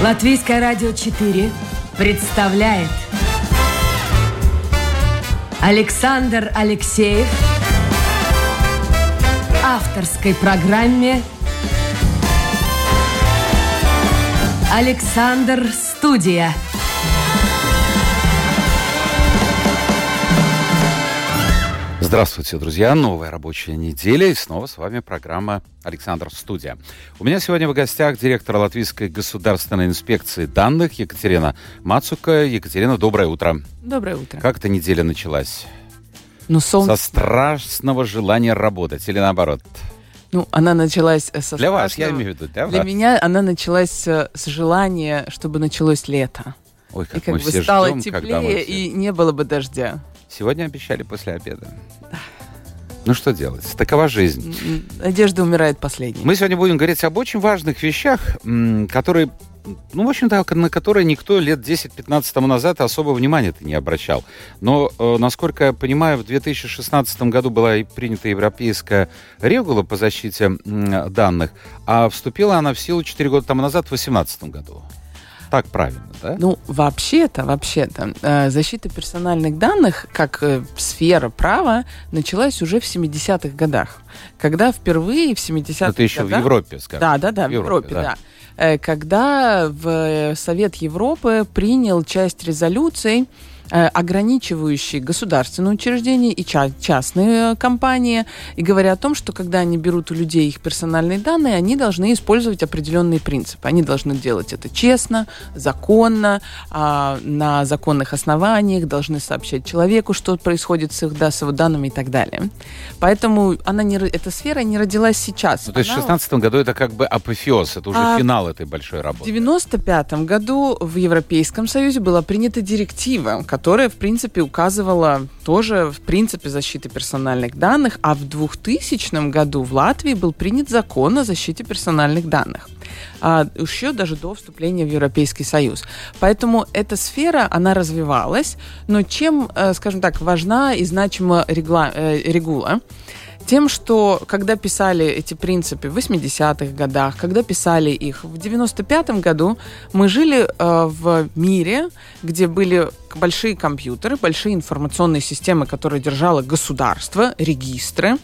Латвийское радио 4 представляет Александр Алексеев в авторской программе «Александр Студия». Здравствуйте, друзья! Новая рабочая неделя, и снова с вами программа «Александр Студия». У меня сегодня в гостях директор Латвийской государственной инспекции данных Екатерина Мацука. Екатерина, доброе утро. Доброе утро. Как эта неделя началась? Солнце. Со страстного желания работать или наоборот? Она началась со Для вас, страшного. я имею в виду, для Для вас. меня она началась с желания, чтобы началось лето. Ой, И как мы все стало ждем, когда мы теплее, все... и не было бы дождя. Сегодня обещали после обеда. Ну что делать? Такова жизнь. Надежда умирает последней. Мы сегодня будем говорить об очень важных вещах, которые, в общем-то, на которые никто лет 10-15 тому назад особо внимания-то не обращал. Но, насколько я понимаю, в 2016 году была принята европейская регула по защите данных, а вступила она в силу 4 года тому назад, в 2018 году. Так правильно, да? Вообще-то, защита персональных данных, как сфера права, началась уже в 70-х годах. Когда впервые в 70-х Это еще годах... в Европе, скажем. Да, в Европе, да. Когда в Совет Европы принял часть резолюций, ограничивающие государственные учреждения и частные компании, и говоря о том, что когда они берут у людей их персональные данные, они должны использовать определенные принципы. Они должны делать это честно, законно, на законных основаниях, должны сообщать человеку, что происходит с их данными и так далее. Поэтому эта сфера не родилась сейчас. То есть в 2016 году это как бы апофеоз, это уже финал этой большой работы. В 1995 году в Европейском Союзе была принята директива, которая, в принципе, указывала тоже в принципе защиты персональных данных, а в 2000 году в Латвии был принят закон о защите персональных данных. Еще даже до вступления в Европейский Союз. Поэтому эта сфера, она развивалась, но чем, скажем так, важна и значима регула? Тем, что когда писали эти принципы в 80-х годах, когда писали их в 95-м году, мы жили в мире, где были большие компьютеры, большие информационные системы, которые держало государство, регистры.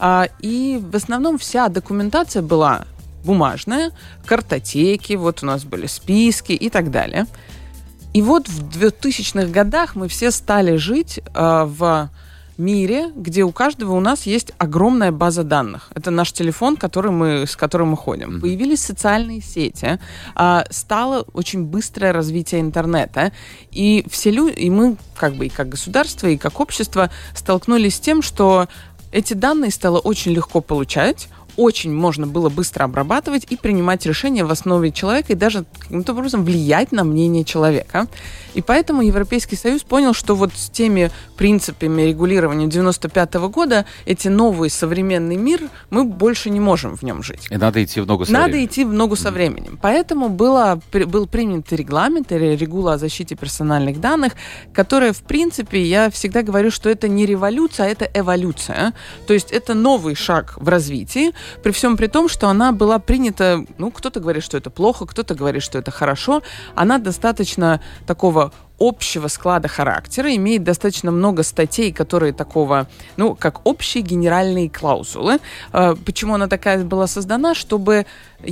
И в основном вся документация была бумажная, картотеки, вот у нас были списки и так далее. И вот в 2000-х годах мы все стали жить в мире, где у каждого у нас есть огромная база данных. Это наш телефон, с которым мы ходим. Появились социальные сети, стало очень быстрое развитие интернета, и все люди, и мы и как государство, и как общество столкнулись с тем, что эти данные стало очень легко получать, очень можно было быстро обрабатывать и принимать решения в основе человека и даже каким-то образом влиять на мнение человека. И поэтому Европейский Союз понял, что вот с теми принципами регулирования 1995 года эти новый современный мир, мы больше не можем в нем жить. И надо идти в ногу со временем. Надо идти в ногу со временем. Поэтому был принят регламент, регула о защите персональных данных, которая, в принципе, я всегда говорю, что это не революция, а это эволюция. То есть это новый шаг в развитии, при всем при том, что она была принята, кто-то говорит, что это плохо, кто-то говорит, что это хорошо. Она достаточно такого общего склада характера, имеет достаточно много статей, которые такого, как общие генеральные клаузулы. Почему она такая была создана? Чтобы,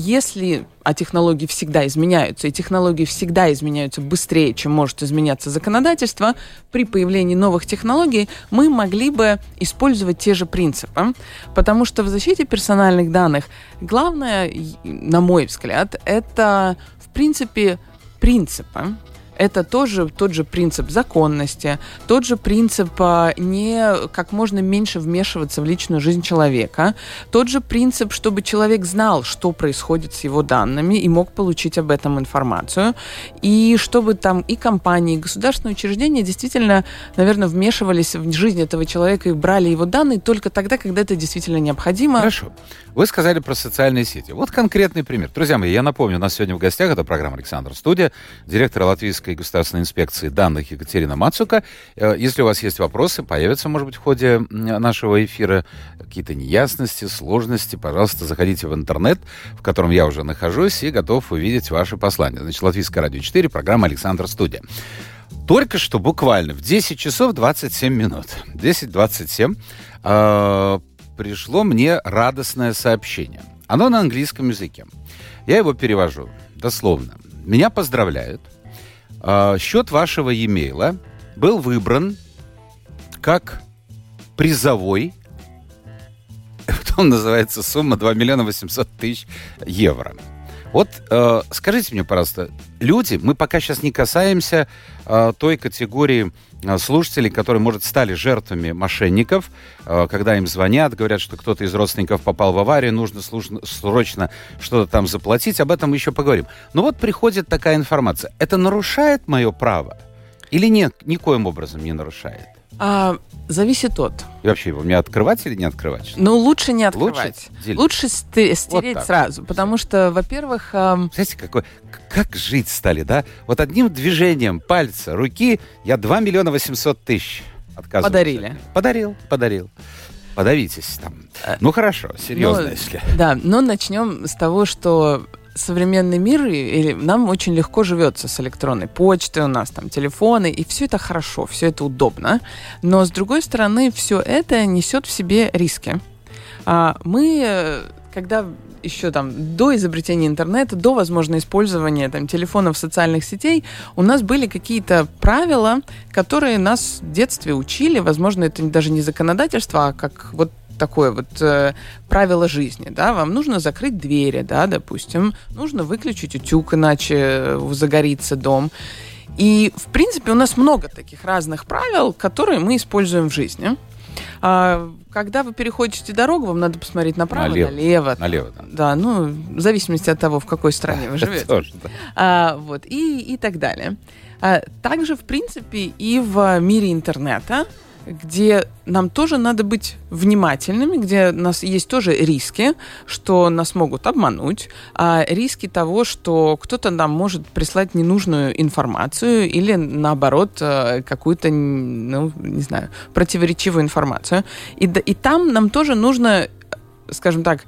технологии всегда изменяются, и технологии всегда изменяются быстрее, чем может изменяться законодательство, при появлении новых технологий мы могли бы использовать те же принципы. Потому что в защите персональных данных главное, на мой взгляд, это, в принципе, принципы. Это тоже тот же принцип законности, тот же принцип не как можно меньше вмешиваться в личную жизнь человека, тот же принцип, чтобы человек знал, что происходит с его данными и мог получить об этом информацию, и чтобы там и компании, и государственные учреждения действительно, наверное, вмешивались в жизнь этого человека и брали его данные только тогда, когда это действительно необходимо. Хорошо. Вы сказали про социальные сети. Вот конкретный пример. Друзья мои, я напомню, у нас сегодня в гостях, это программа «Александр Студия», директор Латвийской Российской государственной инспекции данных Екатерина Мацука. Если у вас есть вопросы, появятся, может быть, в ходе нашего эфира какие-то неясности, сложности, пожалуйста, заходите в интернет, в котором я уже нахожусь, и готов увидеть ваши послания. Значит, Латвийское радио 4, программа «Александр Студия». Только что буквально в 10 часов 27 минут, 10:27, пришло мне радостное сообщение. Оно на английском языке. Я его перевожу дословно. Меня поздравляют. Счет вашего e-mail был выбран как призовой. Он называется сумма 2 800 000 евро. Вот скажите мне, пожалуйста, люди, мы пока сейчас не касаемся той категории слушателей, которые, может, стали жертвами мошенников, когда им звонят, говорят, что кто-то из родственников попал в аварию, нужно срочно что-то там заплатить, об этом мы еще поговорим. Но вот приходит такая информация. Это нарушает мое право или нет, никоим образом не нарушает? Зависит от. И вообще его мне открывать или не открывать? Ну, лучше не открывать. Лучше стереть вот сразу. Потому что, во-первых... Знаете, как жить стали, да? Вот одним движением пальца, руки я 2 800 000 отказываюсь. Подарил. Подавитесь там. Ну, хорошо, серьезно, если... Да, но начнем с того, что... Современный мир, или нам очень легко живется с электронной почтой, у нас там телефоны, и все это хорошо, все это удобно. Но, с другой стороны, все это несет в себе риски. Мы, когда еще там до изобретения интернета, до, возможно, использования там телефонов, социальных сетей, у нас были какие-то правила, которые нас в детстве учили. Возможно, это даже не законодательство, а как вот такое вот правило жизни, да, вам нужно закрыть двери, да, допустим, нужно выключить утюг, иначе загорится дом. И, в принципе, у нас много таких разных правил, которые мы используем в жизни. Когда вы переходите дорогу, вам надо посмотреть направо, налево. Налево, да. Да, ну, в зависимости от того, в какой стране вы живете. Тоже, да. Вот, и так далее. Также, в принципе, и в мире интернета, где нам тоже надо быть внимательными, где у нас есть тоже риски, что нас могут обмануть, риски того, что кто-то нам может прислать ненужную информацию или, наоборот, какую-то, ну, не знаю, противоречивую информацию. И там нам тоже нужно, скажем так,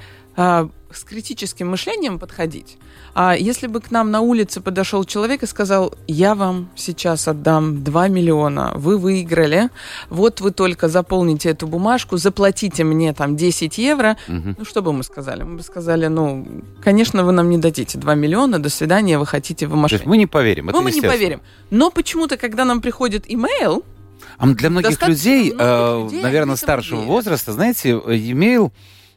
с критическим мышлением подходить. Если бы к нам на улице подошел человек и сказал: я вам сейчас отдам 2 миллиона, вы выиграли, вот вы только заполните эту бумажку, заплатите мне там 10 евро, ну что бы мы сказали? Мы бы сказали: ну, конечно, вы нам не дадите 2 миллиона, до свидания, вы хотите, вы мошенник. Мы не поверим, это мы не поверим. Но почему-то, когда нам приходит имейл, для многих людей, наверное, старшего возраста, знаете, имейл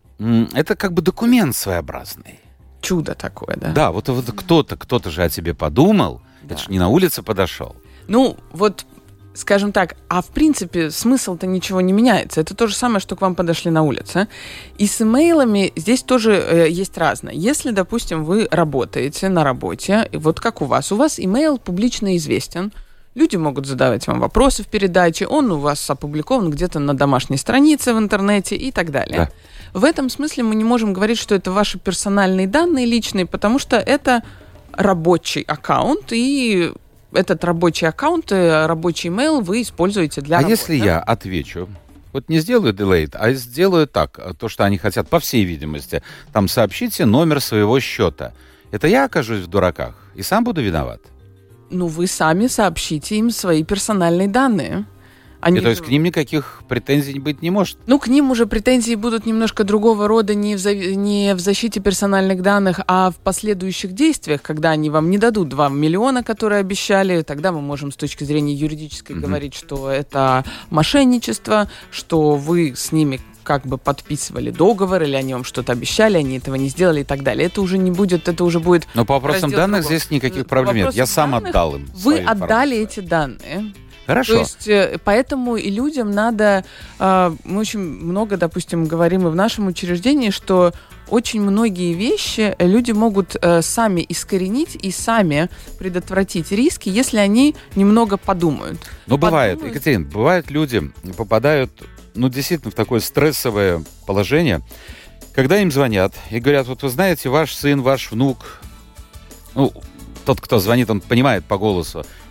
это как бы документ своеобразный. Чудо такое, да? Да, вот кто-то же о тебе подумал, да. Это же не на улице подошел. Ну, вот, скажем так, в принципе смысл-то ничего не меняется. Это то же самое, что к вам подошли на улице. И с имейлами здесь тоже есть разное. Если, допустим, вы работаете на работе, вот как у вас имейл публично известен, люди могут задавать вам вопросы в передаче, он у вас опубликован где-то на домашней странице в интернете и так далее. Да. В этом смысле мы не можем говорить, что это ваши персональные данные личные, потому что это рабочий аккаунт, и этот рабочий аккаунт, рабочий имейл вы используете для работы. Если я отвечу, вот не сделаю delete, а сделаю так, то, что они хотят, по всей видимости, там сообщите номер своего счета, это я окажусь в дураках и сам буду виноват? Ну, вы сами сообщите им свои персональные данные. То есть к ним никаких претензий быть не может? Ну, к ним уже претензии будут немножко другого рода, не в защите персональных данных, а в последующих действиях, когда они вам не дадут 2 миллиона, которые обещали, тогда мы можем с точки зрения юридической говорить, что это мошенничество, что вы с ними как бы подписывали договор, или они вам что-то обещали, они этого не сделали и так далее. Это уже не будет, это уже будет... Но по вопросам данных другого. Здесь никаких проблем нет. Я сам отдал им. Вы отдали эти данные. Хорошо. То есть, поэтому и людям надо... Мы очень много, допустим, говорим и в нашем учреждении, что очень многие вещи люди могут сами искоренить и сами предотвратить риски, если они немного подумают. Но бывает, Екатерина, бывают люди попадают, действительно в такое стрессовое положение, когда им звонят и говорят: вот вы знаете, ваш сын, ваш внук, тот, кто звонит, он понимает по голосу,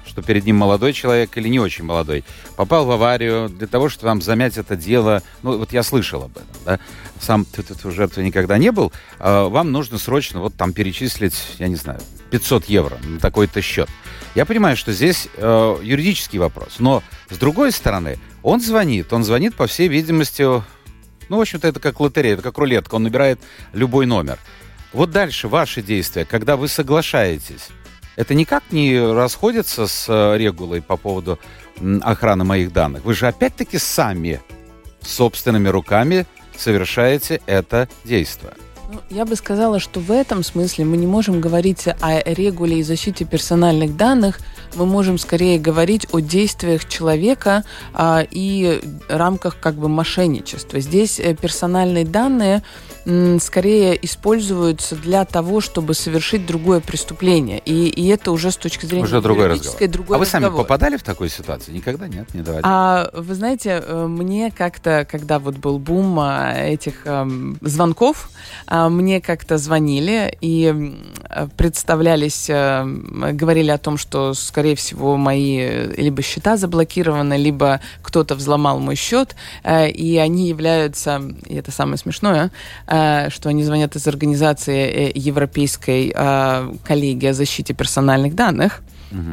что перед ним молодой человек или не очень молодой, попал в аварию, для того, чтобы там замять это дело, ну, вот я слышал об этом, да, сам жертвой никогда не был, вам нужно срочно вот там перечислить, я не знаю, 500 евро на такой-то счет. Я понимаю, что здесь юридический вопрос, но с другой стороны, он звонит, по всей видимости, ну, в общем-то, это как лотерея, это как рулетка, он набирает любой номер. Вот дальше ваши действия, когда вы соглашаетесь, это никак не расходится с регулой по поводу охраны моих данных. Вы же опять-таки сами собственными руками совершаете это действие. Ну, я бы сказала, что в этом смысле мы не можем говорить о регуле и защите персональных данных, мы можем скорее говорить о действиях человека и рамках как бы мошенничества. Здесь персональные данные скорее используются для того, чтобы совершить другое преступление. И это уже с точки зрения уже другой разговор. Другой вы разговор. сами попадали в такую ситуацию? Никогда нет, не давали? Вы знаете, мне как-то, когда вот был бум этих звонков, мне как-то звонили и представлялись, говорили о том, что, скорее всего, мои либо счета заблокированы, либо кто-то взломал мой счет, и они являются, и это самое смешное, что они звонят из организации Европейской коллегии о защите персональных данных.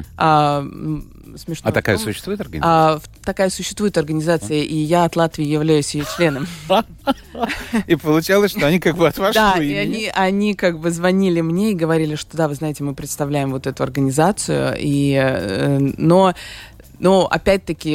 Смешно. А такая существует организация? Такая существует организация, и я от Латвии являюсь ее членом. И получалось, что они как бы от вашего Да, имени. и они как бы звонили мне и говорили, что да, вы знаете, мы представляем вот эту организацию, но опять-таки,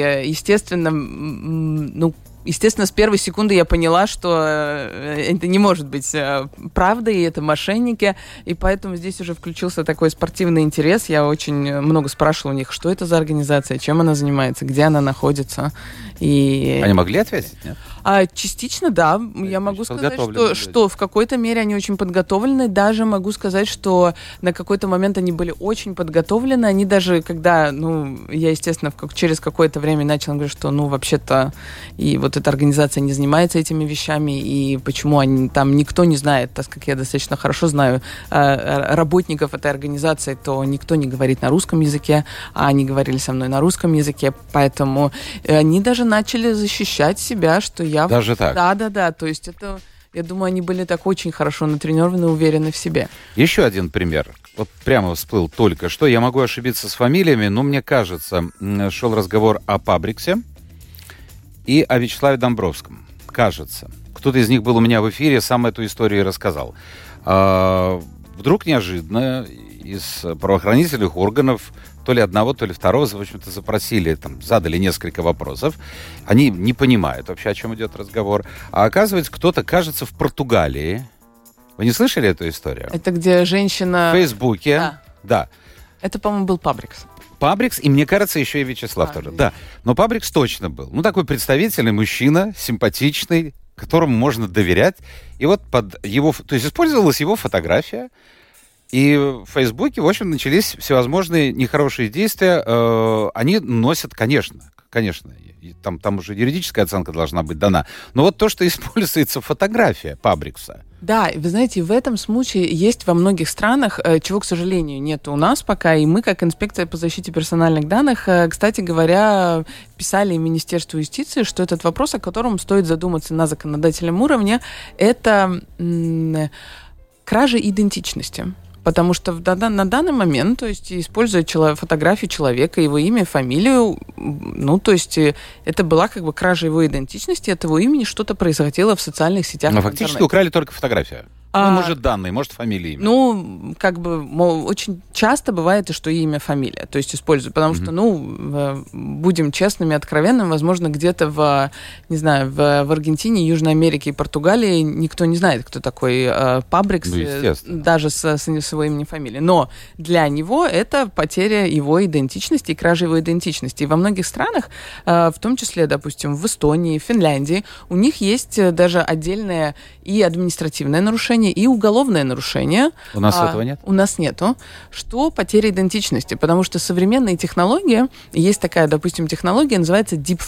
естественно, с первой секунды я поняла, что это не может быть правдой, и это мошенники, и поэтому здесь уже включился такой спортивный интерес. Я очень много спрашивала у них, что это за организация, чем она занимается, где она находится. И... Они могли ответить, нет? Частично, да. Я могу сказать, что в какой-то мере они очень подготовлены. Даже могу сказать, что на какой-то момент они были очень подготовлены. Они даже, когда, я, естественно, через какое-то время начала говорить, что, вообще-то, и вот эта организация не занимается этими вещами, и почему там никто не знает, так как я достаточно хорошо знаю работников этой организации, то никто не говорит на русском языке, а они говорили со мной на русском языке, поэтому они даже начали защищать себя, что я... Даже так? Да. То есть это, я думаю, они были так очень хорошо натренированы, уверены в себе. Еще один пример. Вот прямо всплыл только что. Я могу ошибиться с фамилиями, но мне кажется, шел разговор о Пабриксе и о Вячеславе Домбровском. Кажется. Кто-то из них был у меня в эфире, сам эту историю и рассказал. Вдруг неожиданно из правоохранительных органов то ли одного, то ли второго, в общем-то, запросили, задали несколько вопросов. Они не понимают вообще, о чем идет разговор. А оказывается, кто-то, кажется, в Португалии. Вы не слышали эту историю? Это где женщина... В Фейсбуке. Да. Это, по-моему, был Пабрикс. Пабрикс, и мне кажется, еще и Вячеслав тоже. Да. Но Пабрикс точно был. Такой представительный мужчина, симпатичный, которому можно доверять. И вот под его... То есть использовалась его фотография. И в Фейсбуке, в общем, начались всевозможные нехорошие действия. Они носят, конечно, там уже юридическая оценка должна быть дана. Но вот то, что используется фотография Пабрикса. Да, вы знаете, в этом случае есть во многих странах, чего, к сожалению, нет у нас пока, и мы, как инспекция по защите персональных данных, кстати говоря, писали Министерству юстиции, что этот вопрос, о котором стоит задуматься на законодательном уровне, это кража идентичности. Потому что на данный момент, то есть, используя фотографию человека, его имя, фамилию, то есть, это была как бы кража его идентичности, от его имени что-то происходило в социальных сетях. Но фактически украли только фотографию. Может, данные, может, фамилия, имя. Очень часто бывает, что и имя, фамилия, то есть, используют, потому что, будем честными, откровенными, возможно, где-то в Аргентине, Южной Америке и Португалии никто не знает, кто такой Пабрикс, даже с его именем, фамилией. Но для него это потеря его идентичности и кража его идентичности. И во многих странах, в том числе, допустим, в Эстонии, в Финляндии, у них есть даже отдельное и административное нарушение, и уголовное нарушение. У нас этого нет? У нас нету. Что потеря идентичности? Потому что современные технологии, есть такая, допустим, технология, называется deepfake.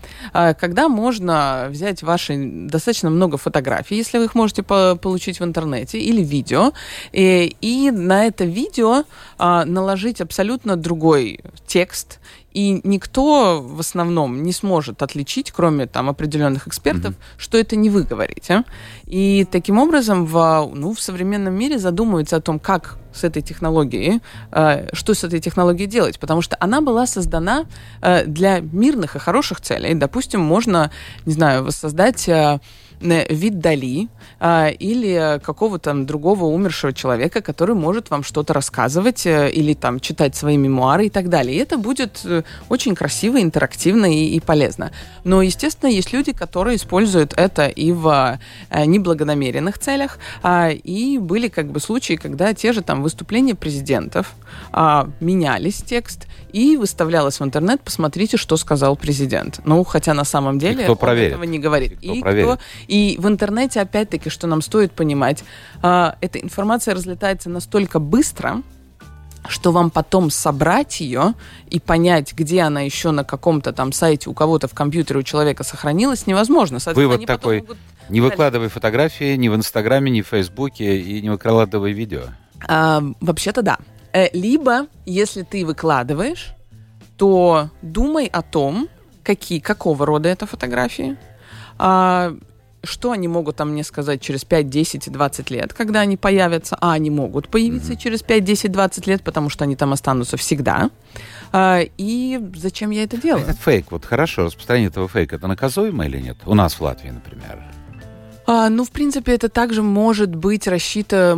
когда можно взять ваши достаточно много фотографий, если вы их можете получить в интернете, или видео, и на это видео наложить абсолютно другой текст, и никто в основном не сможет отличить, кроме там определенных экспертов, что это не вы говорите. И таким образом в современном мире задумываются о том, как с этой технологией, что с этой технологией делать, потому что она была создана для мирных и хороших целей. Допустим, можно, не знаю, воссоздать вид Дали или какого-то другого умершего человека, который может вам что-то рассказывать или там читать свои мемуары и так далее. И это будет очень красиво, интерактивно и полезно. Но, естественно, есть люди, которые используют это и в неблагонамеренных целях. И были случаи, когда те же там выступления президентов менялись текст и выставлялось в интернет, посмотрите, что сказал президент. Хотя на самом деле он этого не говорит. И в интернете, опять-таки, что нам стоит понимать, эта информация разлетается настолько быстро, что вам потом собрать ее и понять, где она еще на каком-то там сайте у кого-то в компьютере у человека сохранилась, невозможно. Вывод такой: не выкладывай фотографии ни в Инстаграме, ни в Фейсбуке и не выкладывай видео. Вообще-то да. Либо, если ты выкладываешь, то думай о том, какого рода это фотографии, что они могут мне сказать через 5, 10 и 20 лет, когда они появятся. Они могут появиться через 5, 10, 20 лет, потому что они там останутся всегда. И зачем я это делаю? Этот фейк, расскажение распространение этого фейка, это наказуемо или нет? У нас в Латвии, например. В принципе, это также может быть с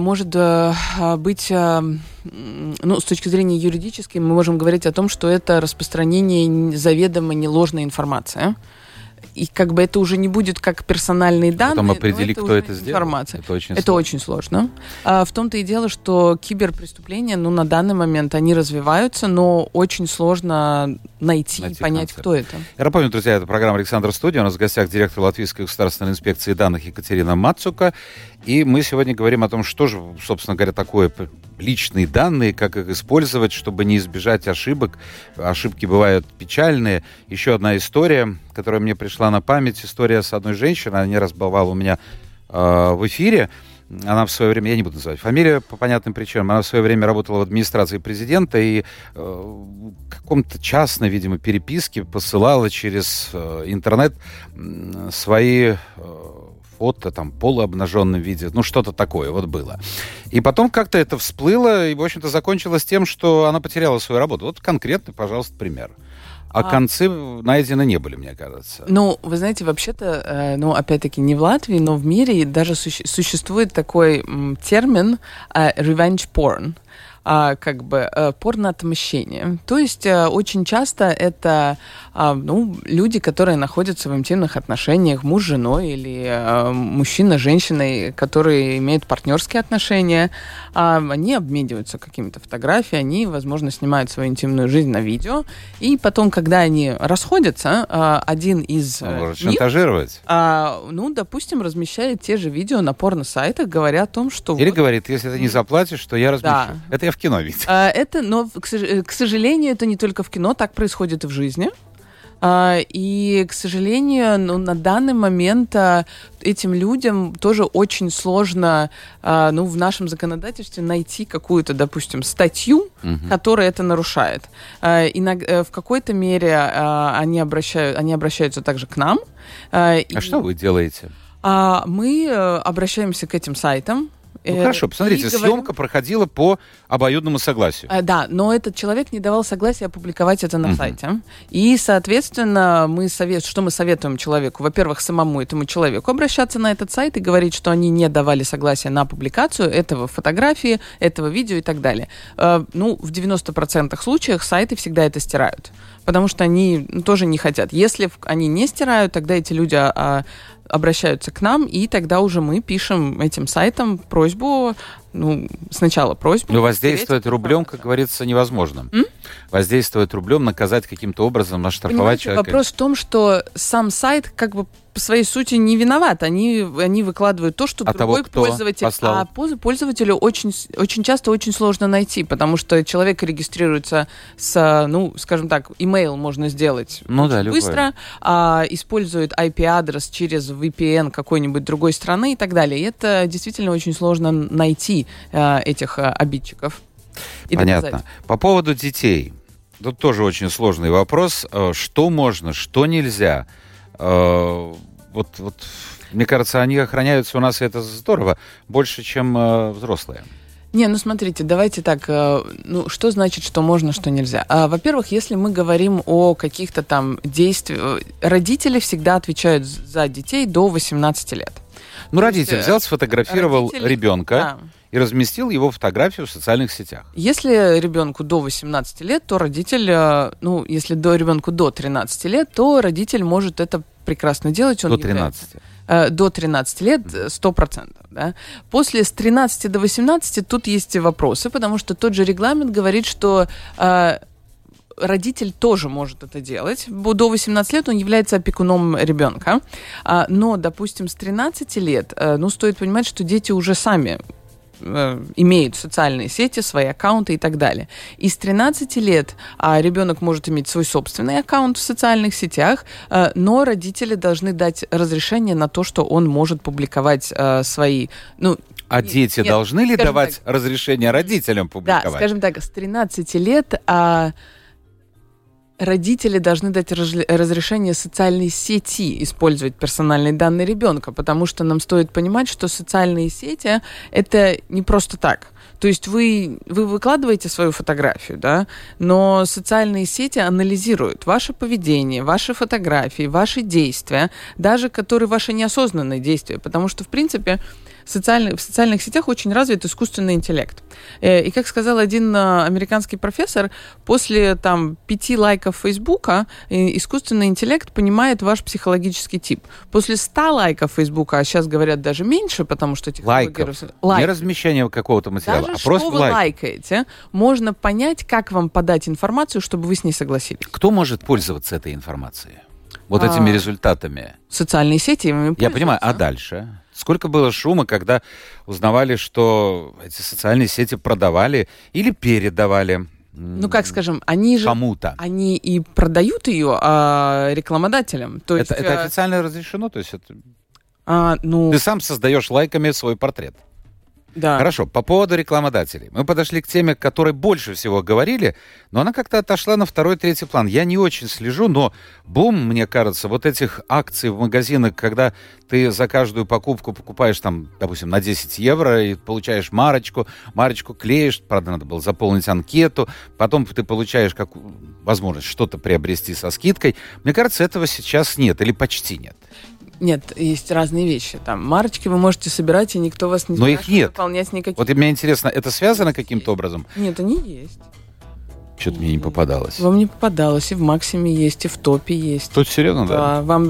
точки зрения юридической, мы можем говорить о том, что это распространение заведомо неложной информации. И это уже не будет как персональные данные. Потом определить, кто это сделал. Информация. Это очень сложно. В том-то и дело, что киберпреступления, на данный момент они развиваются, но очень сложно найти и понять, кто это. Я напомню, друзья, это программа «Александр Студия». У нас в гостях директор Латвийской государственной инспекции данных Екатерина Мацука. И мы сегодня говорим о том, что же, собственно говоря, такое личные данные, как их использовать, чтобы не избежать ошибок. Ошибки бывают печальные. Еще одна история, которая мне пришла на память. История с одной женщиной. Она не раз бывала у меня в эфире. Она в свое время, я не буду называть фамилию по понятным причинам, она в свое время работала в администрации президента и в каком-то частной, видимо, переписке посылала через интернет свои фото, полуобнаженном виде, что-то такое было. И потом как-то это всплыло, и, в общем-то, закончилось тем, что она потеряла свою работу. Конкретный, пожалуйста, пример. Концы найдены не были, мне кажется. Вы знаете, вообще-то, опять-таки, не в Латвии, но в мире даже существует такой термин revenge porn. Порноотмщение. То есть очень часто это люди, которые находятся в интимных отношениях, муж с женой или мужчина с женщиной, которые имеют партнерские отношения, они обмениваются какими-то фотографиями, они, возможно, снимают свою интимную жизнь на видео, и потом, когда они расходятся, один из может шантажировать. Допустим, размещает те же видео на порно-сайтах, говоря о том, что... Или говорит, если ты не заплатишь, то я размещу. Да. Это я в кино видел. Но, к сожалению, это не только в кино, так происходит и в жизни. И, к сожалению, на данный момент этим людям тоже очень сложно в нашем законодательстве найти какую-то, допустим, статью, которая это нарушает. В какой-то мере они обращаются также к нам. Что вы делаете? Мы обращаемся к этим сайтам. Хорошо, посмотрите, съемка проходила по обоюдному согласию. Да, но этот человек не давал согласия опубликовать это на сайте. И, соответственно, что мы советуем человеку? Во-первых, самому этому человеку обращаться на этот сайт и говорить, что они не давали согласия на публикацию этого фотографии, этого видео и так далее. В 90% случаев сайты всегда это стирают, потому что они тоже не хотят. Если они не стирают, тогда эти люди обращаются к нам, и тогда уже мы пишем этим сайтам просьбу сначала просьбу. Но воздействовать рублем, как говорится, невозможно. Воздействовать рублем, наказать каким-то образом, наштрафовать человека. Вопрос в том, что сам сайт как бы по своей сути не виноват. Они выкладывают то, что другой пользователь. Послал? А пользователю очень часто очень сложно найти, потому что человек регистрируется с, скажем так, имейл можно сделать очень быстро, использует IP-адрес через VPN какой-нибудь другой страны и так далее. И это действительно очень сложно найти этих обидчиков. Понятно. Доказать. По поводу детей. Тут тоже очень сложный вопрос. Что можно, что нельзя? Вот, мне кажется, они охраняются у нас, и это здорово, больше, чем взрослые. Смотрите, давайте так, что значит, что можно, что нельзя? Во-первых, если мы говорим о каких-то там действиях, родители всегда отвечают за детей до 18 лет. Родитель взял, сфотографировал ребенка и разместил его фотографию в социальных сетях. Если ребенку до 18 лет, то родитель, если ребенку до 13 лет, то родитель может это прекрасно делать. До 13. До 13 лет 100%. Да? После с 13 до 18 тут есть вопросы, потому что тот же регламент говорит, что родитель тоже может это делать. До 18 лет он является опекуном ребенка. Но, допустим, с 13 лет, стоит понимать, что дети уже сами имеют социальные сети, свои аккаунты и так далее. И с 13 лет ребенок может иметь свой собственный аккаунт в социальных сетях, но родители должны дать разрешение на то, что он может публиковать свои... Дети должны ли давать разрешение родителям публиковать? Да, скажем так, с 13 лет... Родители должны дать разрешение социальной сети использовать персональные данные ребенка, потому что нам стоит понимать, что социальные сети – это не просто так. То есть вы выкладываете свою фотографию, да, но социальные сети анализируют ваше поведение, ваши фотографии, ваши действия, даже которые ваши неосознанные действия, потому что, в принципе, в социальных сетях очень развит искусственный интеллект. И, как сказал один американский профессор, после 5 лайков Фейсбука искусственный интеллект понимает ваш психологический тип. После 100 лайков Фейсбука, а сейчас говорят даже меньше, потому что... Лайков. Не размещение какого-то материала, даже просто что вы лайкаете, можно понять, как вам подать информацию, чтобы вы с ней согласились. Кто может пользоваться этой информацией? Этими результатами? Социальные сети ими пользуются. Я понимаю, а дальше? Сколько было шума, когда узнавали, что эти социальные сети продавали или передавали как скажем, они же кому-то. Они и продают ее рекламодателям. То есть, это официально разрешено? То есть это... Ты сам создаешь лайками свой портрет. Да. Хорошо, по поводу рекламодателей. Мы подошли к теме, о которой больше всего говорили, но она как-то отошла на второй, третий план. Я не очень слежу, но бум, мне кажется, этих акций в магазинах, когда ты за каждую покупку покупаешь, допустим, на 10 евро и получаешь марочку клеишь, правда, надо было заполнить анкету, потом ты получаешь возможность что-то приобрести со скидкой. Мне кажется, этого сейчас нет или почти нет. Нет, есть разные вещи. Марочки вы можете собирать, и никто вас не спрашивает выполнять никаких... Мне интересно, это связано каким-то образом? Нет, они есть. Что-то мне не попадалось. Вам не попадалось, и в Максиме есть, и в Топе есть. Тут серьезно, да? Вам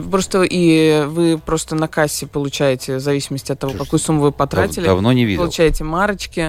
вы просто на кассе получаете, в зависимости от того, какую сумму вы потратили. Давно не видел. Получаете марочки.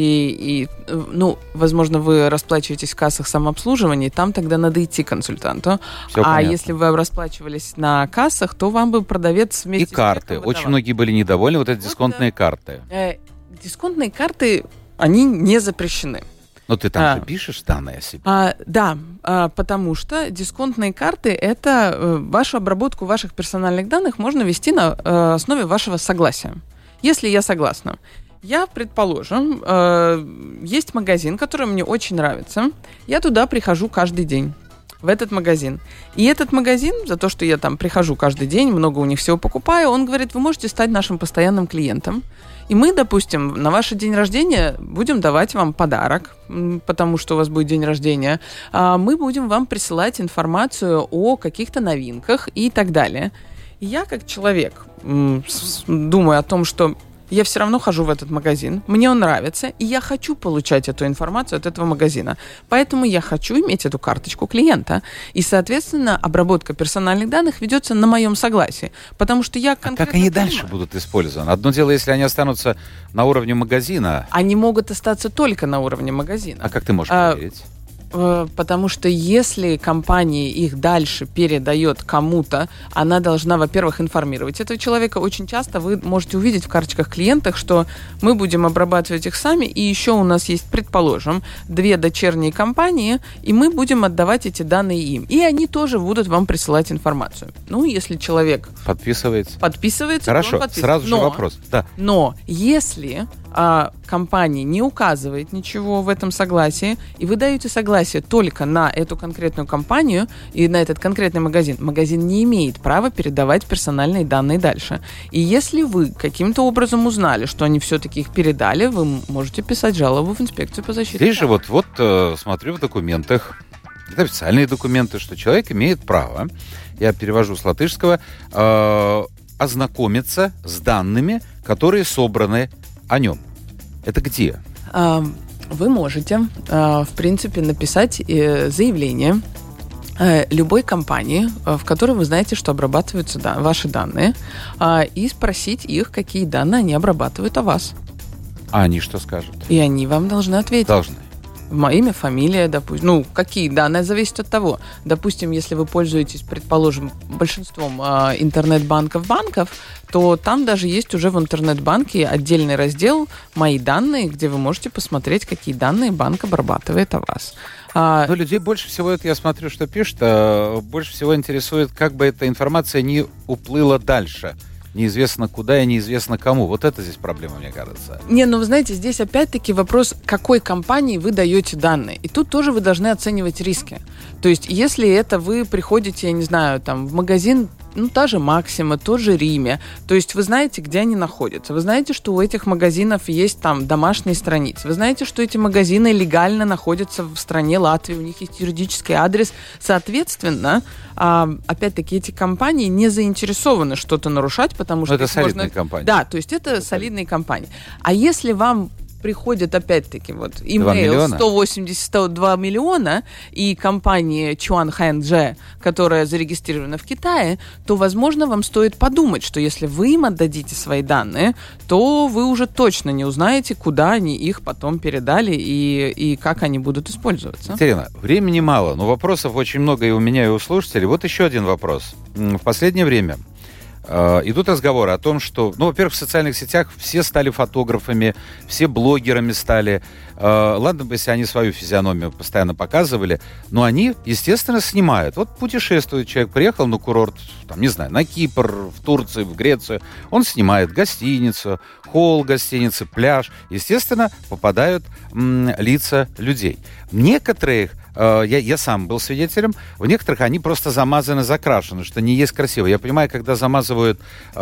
И возможно, вы расплачиваетесь в кассах самообслуживания, и там тогда надо идти к консультанту. Все понятно. Если вы расплачивались на кассах, то вам бы продавец вместе с карты. Очень многие были недовольны, эти дисконтные карты. Дисконтные карты, они не запрещены. Но ты там же пишешь данные о себе. Да, потому что дисконтные карты – это вашу обработку ваших персональных данных можно вести на основе вашего согласия. Если я согласна. Я, предположим, есть магазин, который мне очень нравится. Я туда прихожу каждый день, в этот магазин. И этот магазин, за то, что я там прихожу каждый день, много у них всего покупаю, он говорит, вы можете стать нашим постоянным клиентом. И мы, допустим, на ваш день рождения будем давать вам подарок, потому что у вас будет день рождения. Мы будем вам присылать информацию о каких-то новинках и так далее. И я, как человек, думаю о том, что я все равно хожу в этот магазин, мне он нравится, и я хочу получать эту информацию от этого магазина. Поэтому я хочу иметь эту карточку клиента. И, соответственно, обработка персональных данных ведется на моем согласии. Потому что я конкретно... Как они дальше будут использованы? Одно дело, если они останутся на уровне магазина. Они могут остаться только на уровне магазина. А как ты можешь проверить? Потому что если компания их дальше передает кому-то, она должна, во-первых, информировать этого человека. Очень часто вы можете увидеть в карточках клиентов, что мы будем обрабатывать их сами, и еще у нас есть, предположим, 2 дочерние компании, и мы будем отдавать эти данные им. И они тоже будут вам присылать информацию. Ну, если человек подписывается, хорошо, то он подписывается. Сразу же вопрос. Да. Но если компания не указывает ничего в этом согласии, и вы даете согласие только на эту конкретную компанию и на этот конкретный магазин, магазин не имеет права передавать персональные данные дальше. И если вы каким-то образом узнали, что они все-таки их передали, вы можете писать жалобу в инспекцию по защите. Здесь же смотрю в документах, это официальные документы, что человек имеет право, я перевожу с латышского, ознакомиться с данными, которые собраны о нем. Это где? Вы можете, в принципе, написать заявление любой компании, в которой вы знаете, что обрабатываются ваши данные, и спросить их, какие данные они обрабатывают о вас. А они что скажут? И они вам должны ответить. Должны. Имя, фамилия, допустим. Ну, какие данные, зависит от того. Допустим, если вы пользуетесь, предположим, большинством интернет-банков, то там даже есть уже в интернет-банке отдельный раздел «Мои данные», где вы можете посмотреть, какие данные банк обрабатывает о вас. Но людей больше всего, это я смотрю, что пишут, больше всего интересует, как бы эта информация не уплыла дальше. Неизвестно куда и неизвестно кому. Вот это здесь проблема, мне кажется. Вы знаете, здесь опять-таки вопрос, какой компании вы даете данные. И тут тоже вы должны оценивать риски. То есть, если это вы приходите, я не знаю, в магазин, та же Максима, тот же Риме, то есть вы знаете, где они находятся. Вы знаете, что у этих магазинов есть домашние страницы. Вы знаете, что эти магазины легально находятся в стране Латвии, у них есть юридический адрес. Соответственно, опять-таки, эти компании не заинтересованы что-то нарушать, потому что... Это солидные компании. Да, то есть это солидные компании. А если вам приходит, опять-таки, имейл 182 миллиона и компания Чуанхэнджэ, которая зарегистрирована в Китае, то, возможно, вам стоит подумать, что если вы им отдадите свои данные, то вы уже точно не узнаете, куда они их потом передали и как они будут использоваться. Екатерина, времени мало, но вопросов очень много и у меня, и у слушателей. Вот еще один вопрос. В последнее время идут разговоры о том, что, во-первых, в социальных сетях все стали фотографами, все блогерами стали. Ладно бы, если они свою физиономию постоянно показывали, но они, естественно, снимают. Вот путешествует человек, приехал на курорт, на Кипр, в Турцию, в Грецию. Он снимает гостиницу, холл гостиницы, пляж. Естественно, попадают лица людей. Некоторых, я сам был свидетелем, в некоторых они просто замазаны, закрашены, что не есть красиво. Я понимаю, когда замазывают,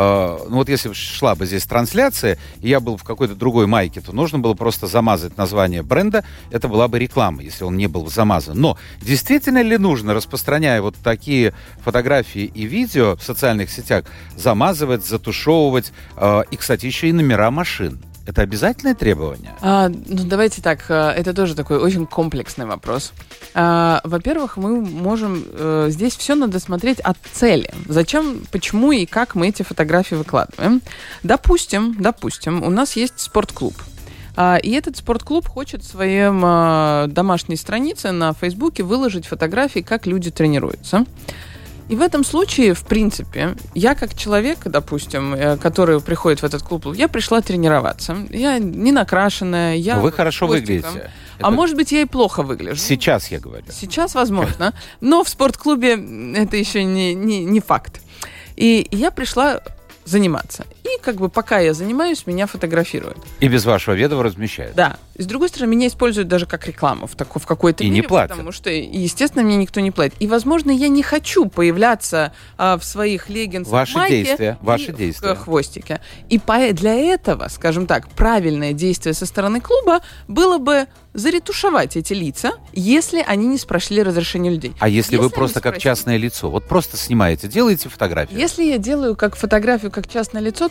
если шла бы здесь трансляция, и я был в какой-то другой майке, то нужно было просто замазать название бренда, это была бы реклама, если он не был замазан. Но действительно ли нужно, распространяя вот такие фотографии и видео в социальных сетях, замазывать, затушевывать, и, кстати, еще и номера машин? Это обязательное требование? Давайте так, это тоже такой очень комплексный вопрос. Во-первых, мы можем... Здесь все надо смотреть от цели. Зачем, почему и как мы эти фотографии выкладываем. Допустим, у нас есть спортклуб. И этот спортклуб хочет в своей домашней странице на Фейсбуке выложить фотографии, как люди тренируются. И в этом случае, в принципе, я как человек, допустим, который приходит в этот клуб, я пришла тренироваться. Я не накрашенная, я... Но вы хорошо выглядите. А может быть, я и плохо выгляжу. Сейчас я говорю. Сейчас, возможно. Но в спортклубе это еще не факт. И я пришла заниматься. И пока я занимаюсь, меня фотографируют. И без вашего ведома размещают. Да. И с другой стороны, меня используют даже как рекламу в какой-то мере. И не платят. Потому что, естественно, мне никто не платит. И, возможно, я не хочу появляться в своих леггинсах, майке ваши действия. В хвостике. И для этого, скажем так, правильное действие со стороны клуба было бы заретушевать эти лица, если они не спрашивали разрешения людей. А если вы просто как частное лицо, вот просто снимаете, делаете фотографию? Если я делаю фотографию как частное лицо,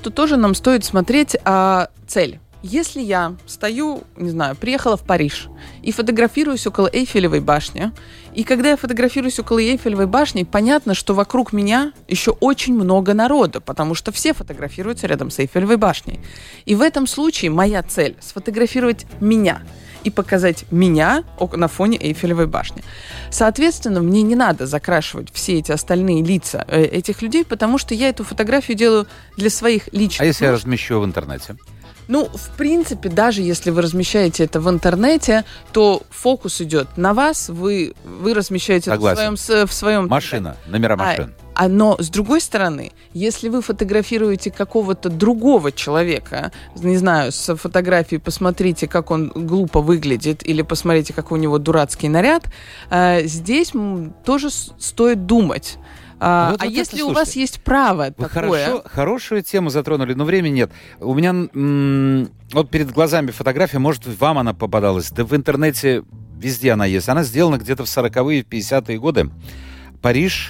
что тоже нам стоит смотреть цель. Если я стою, не знаю, приехала в Париж и фотографируюсь около Эйфелевой башни, и когда я фотографируюсь около Эйфелевой башни, понятно, что вокруг меня еще очень много народа, потому что все фотографируются рядом с Эйфелевой башней. И в этом случае моя цель – сфотографировать меня и показать меня на фоне Эйфелевой башни. Соответственно, мне не надо закрашивать все эти остальные лица этих людей, потому что я эту фотографию делаю для своих личных. А если я размещу в интернете? Ну, в принципе, даже если вы размещаете это в интернете, то фокус идет на вас, вы размещаете это в своем... Машина, номера машин. Но, с другой стороны, если вы фотографируете какого-то другого человека, не знаю, с фотографией посмотрите, как он глупо выглядит, или посмотрите, какой у него дурацкий наряд, здесь тоже стоит думать. Вот если у вас есть право такое... Хорошую тему затронули, но времени нет. У меня вот перед глазами фотография, может, вам она попадалась, да в интернете везде она есть. Она сделана где-то в 40-е, 50-е годы. Париж,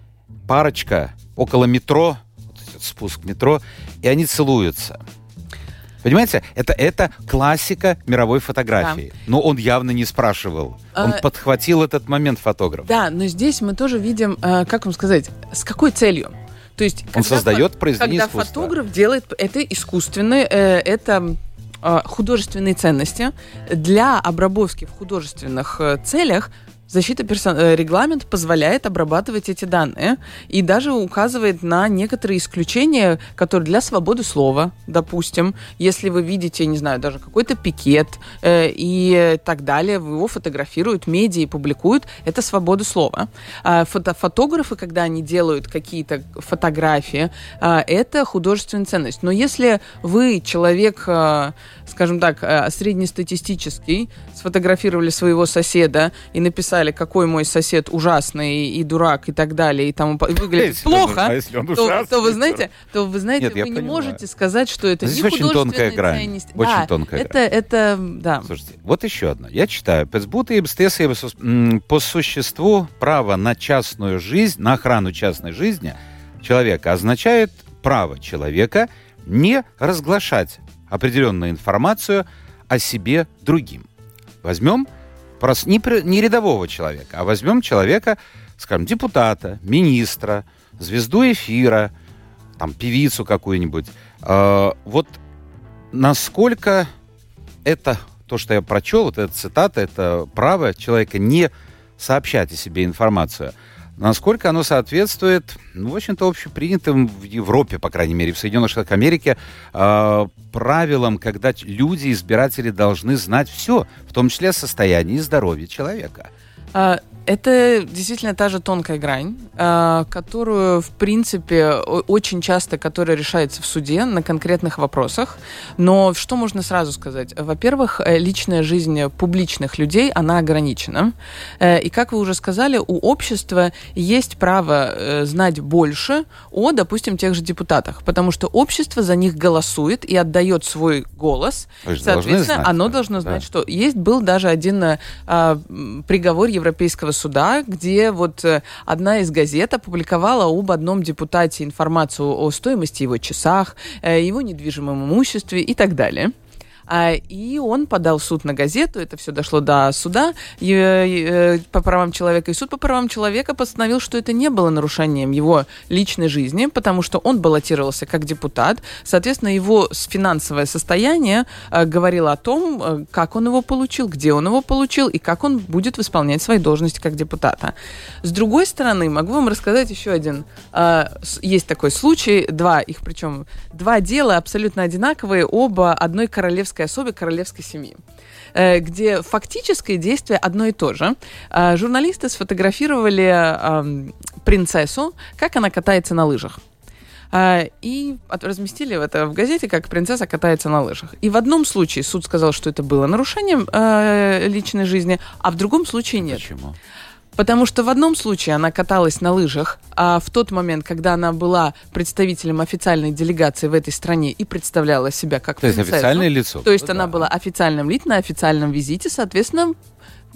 парочка около метро, спуск метро, и они целуются. Понимаете, это классика мировой фотографии. Да. Но он явно не спрашивал. Он подхватил этот момент, фотограф. Да, но здесь мы тоже видим, как вам сказать, с какой целью. То есть, он создает произведение искусства. Когда фотограф делает это искусственное, это художественные ценности для обработки в художественных целях. Регламент позволяет обрабатывать эти данные и даже указывает на некоторые исключения, которые для свободы слова, допустим, если вы видите, не знаю, даже какой-то пикет и так далее, его фотографируют, медиа публикуют, это свобода слова. Фотографы, когда они делают какие-то фотографии, это художественная ценность. Но если вы человек, скажем так, среднестатистический, сфотографировали своего соседа и написали, какой мой сосед ужасный и дурак и так далее, и там выглядит плохо, то вы знаете, Нет, вы не можете сказать, что это здесь не художественная ценность. Очень тонкая грань. Да. Слушайте, вот еще одно. Я читаю. По существу право на частную жизнь, на охрану частной жизни человека означает право человека не разглашать определенную информацию о себе другим. Возьмем не рядового человека, а возьмем человека, скажем, депутата, министра, звезду эфира, там, певицу какую-нибудь. Вот насколько это, то, что я прочел, вот эта цитата, это право человека не сообщать о себе информацию, насколько оно соответствует, в общем-то, общепринятым в Европе, по крайней мере, в Соединенных Штатах Америки, правилам, когда люди, избиратели, должны знать все, в том числе состояние и здоровье человека. Это действительно та же тонкая грань, которую, в принципе, очень часто, которая решается в суде на конкретных вопросах. Но что можно сразу сказать? Во-первых, личная жизнь публичных людей, она ограничена. И, как вы уже сказали, у общества есть право знать больше о, допустим, тех же депутатах, потому что общество за них голосует и отдает свой голос. Соответственно, оно должно знать, что был даже один приговор Европейского суда, где вот одна из газет опубликовала об одном депутате информацию о стоимости его часах, его недвижимом имуществе и так далее. И он подал в суд на газету, это все дошло до суда по правам человека, и суд по правам человека постановил, что это не было нарушением его личной жизни, потому что он баллотировался как депутат, соответственно, его финансовое состояние говорило о том, как он его получил, где он его получил, и как он будет исполнять свои должности как депутата. С другой стороны, могу вам рассказать еще один. Есть такой случай, два дела абсолютно одинаковые, оба одной королевской особе королевской семьи, где фактическое действие одно и то же. Журналисты сфотографировали принцессу, как она катается на лыжах. И разместили это в газете, как принцесса катается на лыжах. И в одном случае суд сказал, что это было нарушением личной жизни, а в другом случае нет. Почему? Потому что в одном случае она каталась на лыжах, а в тот момент, когда она была представителем официальной делегации в этой стране и представляла себя как принцессу. То есть официальное лицо. То есть она была официальным лицом на официальном визите, соответственно,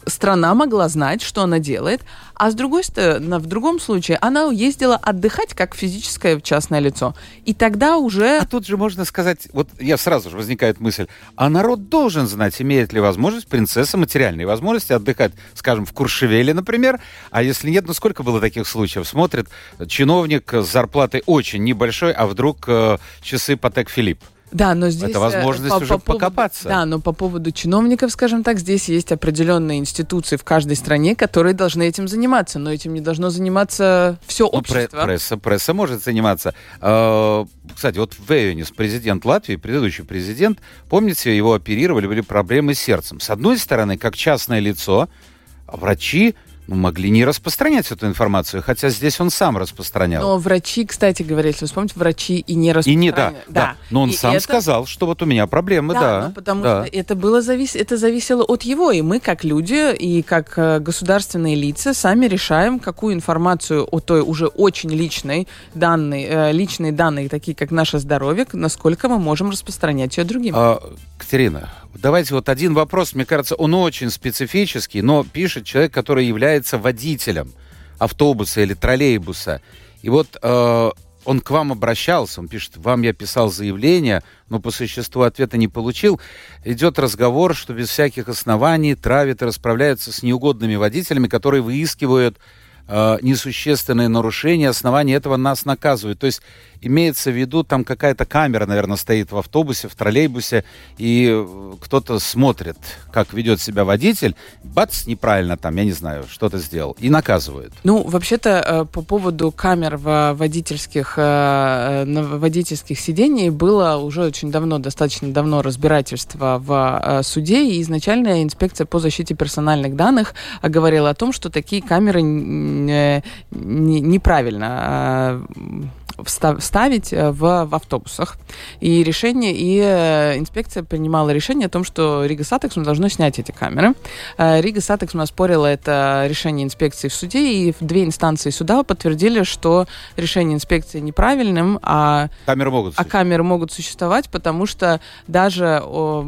страна могла знать, что она делает, а с другой стороны, в другом случае, она ездила отдыхать как физическое частное лицо. И тогда уже... А тут же можно сказать, вот я сразу же возникает мысль, а народ должен знать, имеет ли возможность принцесса материальные возможности отдыхать, скажем, в Куршевеле, например, а если нет, ну сколько было таких случаев? Смотрит чиновник с зарплатой очень небольшой, а вдруг часы Патек Филипп. Да, но здесь... Это возможность уже покопаться. Да, но по поводу чиновников, скажем так, здесь есть определенные институции в каждой стране, которые должны этим заниматься, но этим не должно заниматься все общество. Пресса может заниматься. Кстати, вот Вейонис, президент Латвии, предыдущий президент, помните, его оперировали, были проблемы с сердцем. С одной стороны, как частное лицо, врачи могли не распространять эту информацию, хотя здесь он сам распространял. Но врачи, кстати говоря, если вы вспомните, врачи и не распространяли. Да. Но он сам сказал, что вот у меня проблемы, да. Потому что это зависело от его, и мы, как люди, и как государственные лица, сами решаем, какую информацию о той уже очень личные данные, такие как наше здоровье, насколько мы можем распространять ее другим. Катерина, давайте вот один вопрос, мне кажется, он очень специфический, но пишет человек, который является водителем автобуса или троллейбуса. И вот он к вам обращался, он пишет, вам я писал заявление, но по существу ответа не получил. Идет разговор, что без всяких оснований травят и расправляются с неугодными водителями, которые выискивают несущественные нарушения, основания этого нас наказывают. То есть имеется в виду, там какая-то камера, наверное, стоит в автобусе, в троллейбусе, и кто-то смотрит, как ведет себя водитель, бац, неправильно там, я не знаю, что-то сделал, и наказывают. Ну, вообще-то, по поводу камер на водительских сидениях было уже очень давно, достаточно давно разбирательство в суде, и изначально инспекция по защите персональных данных говорила о том, что такие камеры неправильно ставить в автобусах. И инспекция принимала решение о том, что Рига Сатекс должно снять эти камеры. Рига Сатекс оспорила это решение инспекции в суде, и в 2 инстанции суда подтвердили, что решение инспекции неправильным, а камеры могут существовать, потому что даже...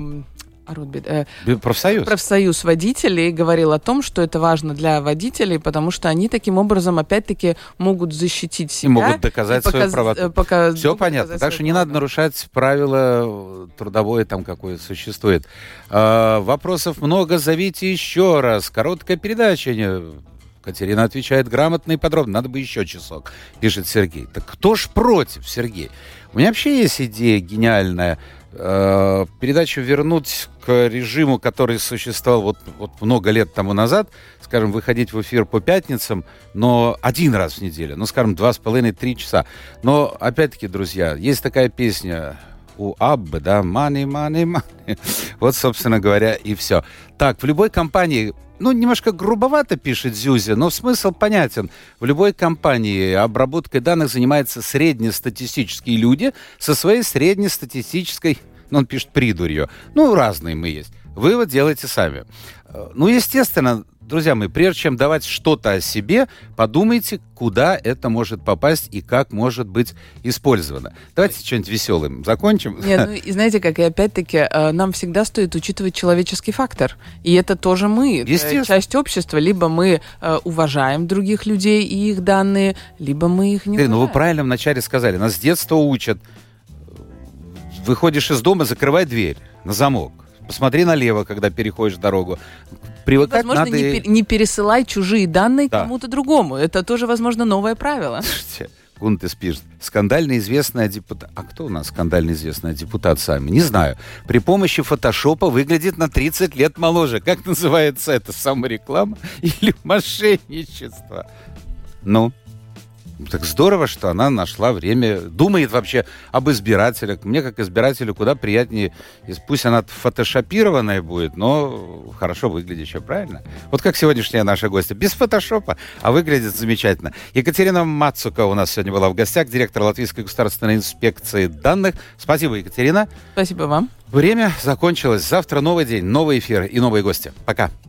Профсоюз водителей говорил о том, что это важно для водителей, потому что они таким образом, опять-таки, могут защитить себя. И могут доказать свою правоту. Все понятно. Так что не надо нарушать правила трудовое, там какое существует. Вопросов много, зовите еще раз. Короткая передача. Катерина отвечает грамотно и подробно. Надо бы еще часок, пишет Сергей. Так кто ж против, Сергей? У меня вообще есть идея гениальная. Передачу вернуть к режиму, который существовал вот много лет тому назад, скажем, выходить в эфир по пятницам, но 1 раз в неделю, ну, скажем, 2,5-3 часа. Но, опять-таки, друзья, есть такая песня у Аббы, да, «Money, money, money». Вот, собственно говоря, и все. Так, в любой компании... немножко грубовато пишет Зюзя, но смысл понятен. В любой компании обработкой данных занимаются среднестатистические люди со своей среднестатистической, он пишет, придурью. Разные мы есть. Вывод делайте сами. Естественно, друзья мои, прежде чем давать что-то о себе, подумайте, куда это может попасть и как может быть использовано. Давайте что-нибудь веселым закончим. Нет, и знаете, как и опять-таки, нам всегда стоит учитывать человеческий фактор. И это тоже мы, часть общества. Либо мы уважаем других людей и их данные, либо мы их не уважаем. Вы правильно вначале сказали, нас с детства учат. Выходишь из дома, закрывай дверь на замок. Посмотри налево, когда переходишь дорогу. Привыкать возможно, надо... не пересылай чужие данные кому-то другому. Это тоже, возможно, новое правило. Слушайте, Гунтес пишет, скандально известная депутат... А кто у нас скандально известная депутат сами? Не знаю. При помощи фотошопа выглядит на 30 лет моложе. Как называется это? Самореклама или мошенничество? Так здорово, что она нашла время, думает вообще об избирателях. Мне, как избирателю, куда приятнее, пусть она фотошопированная будет, но хорошо выглядящая, правильно? Вот как сегодняшняя наша гостья, без фотошопа, а выглядит замечательно. Екатерина Мацука у нас сегодня была в гостях, директор Латвийской государственной инспекции данных. Спасибо, Екатерина. Спасибо вам. Время закончилось. Завтра новый день, новый эфир и новые гости. Пока.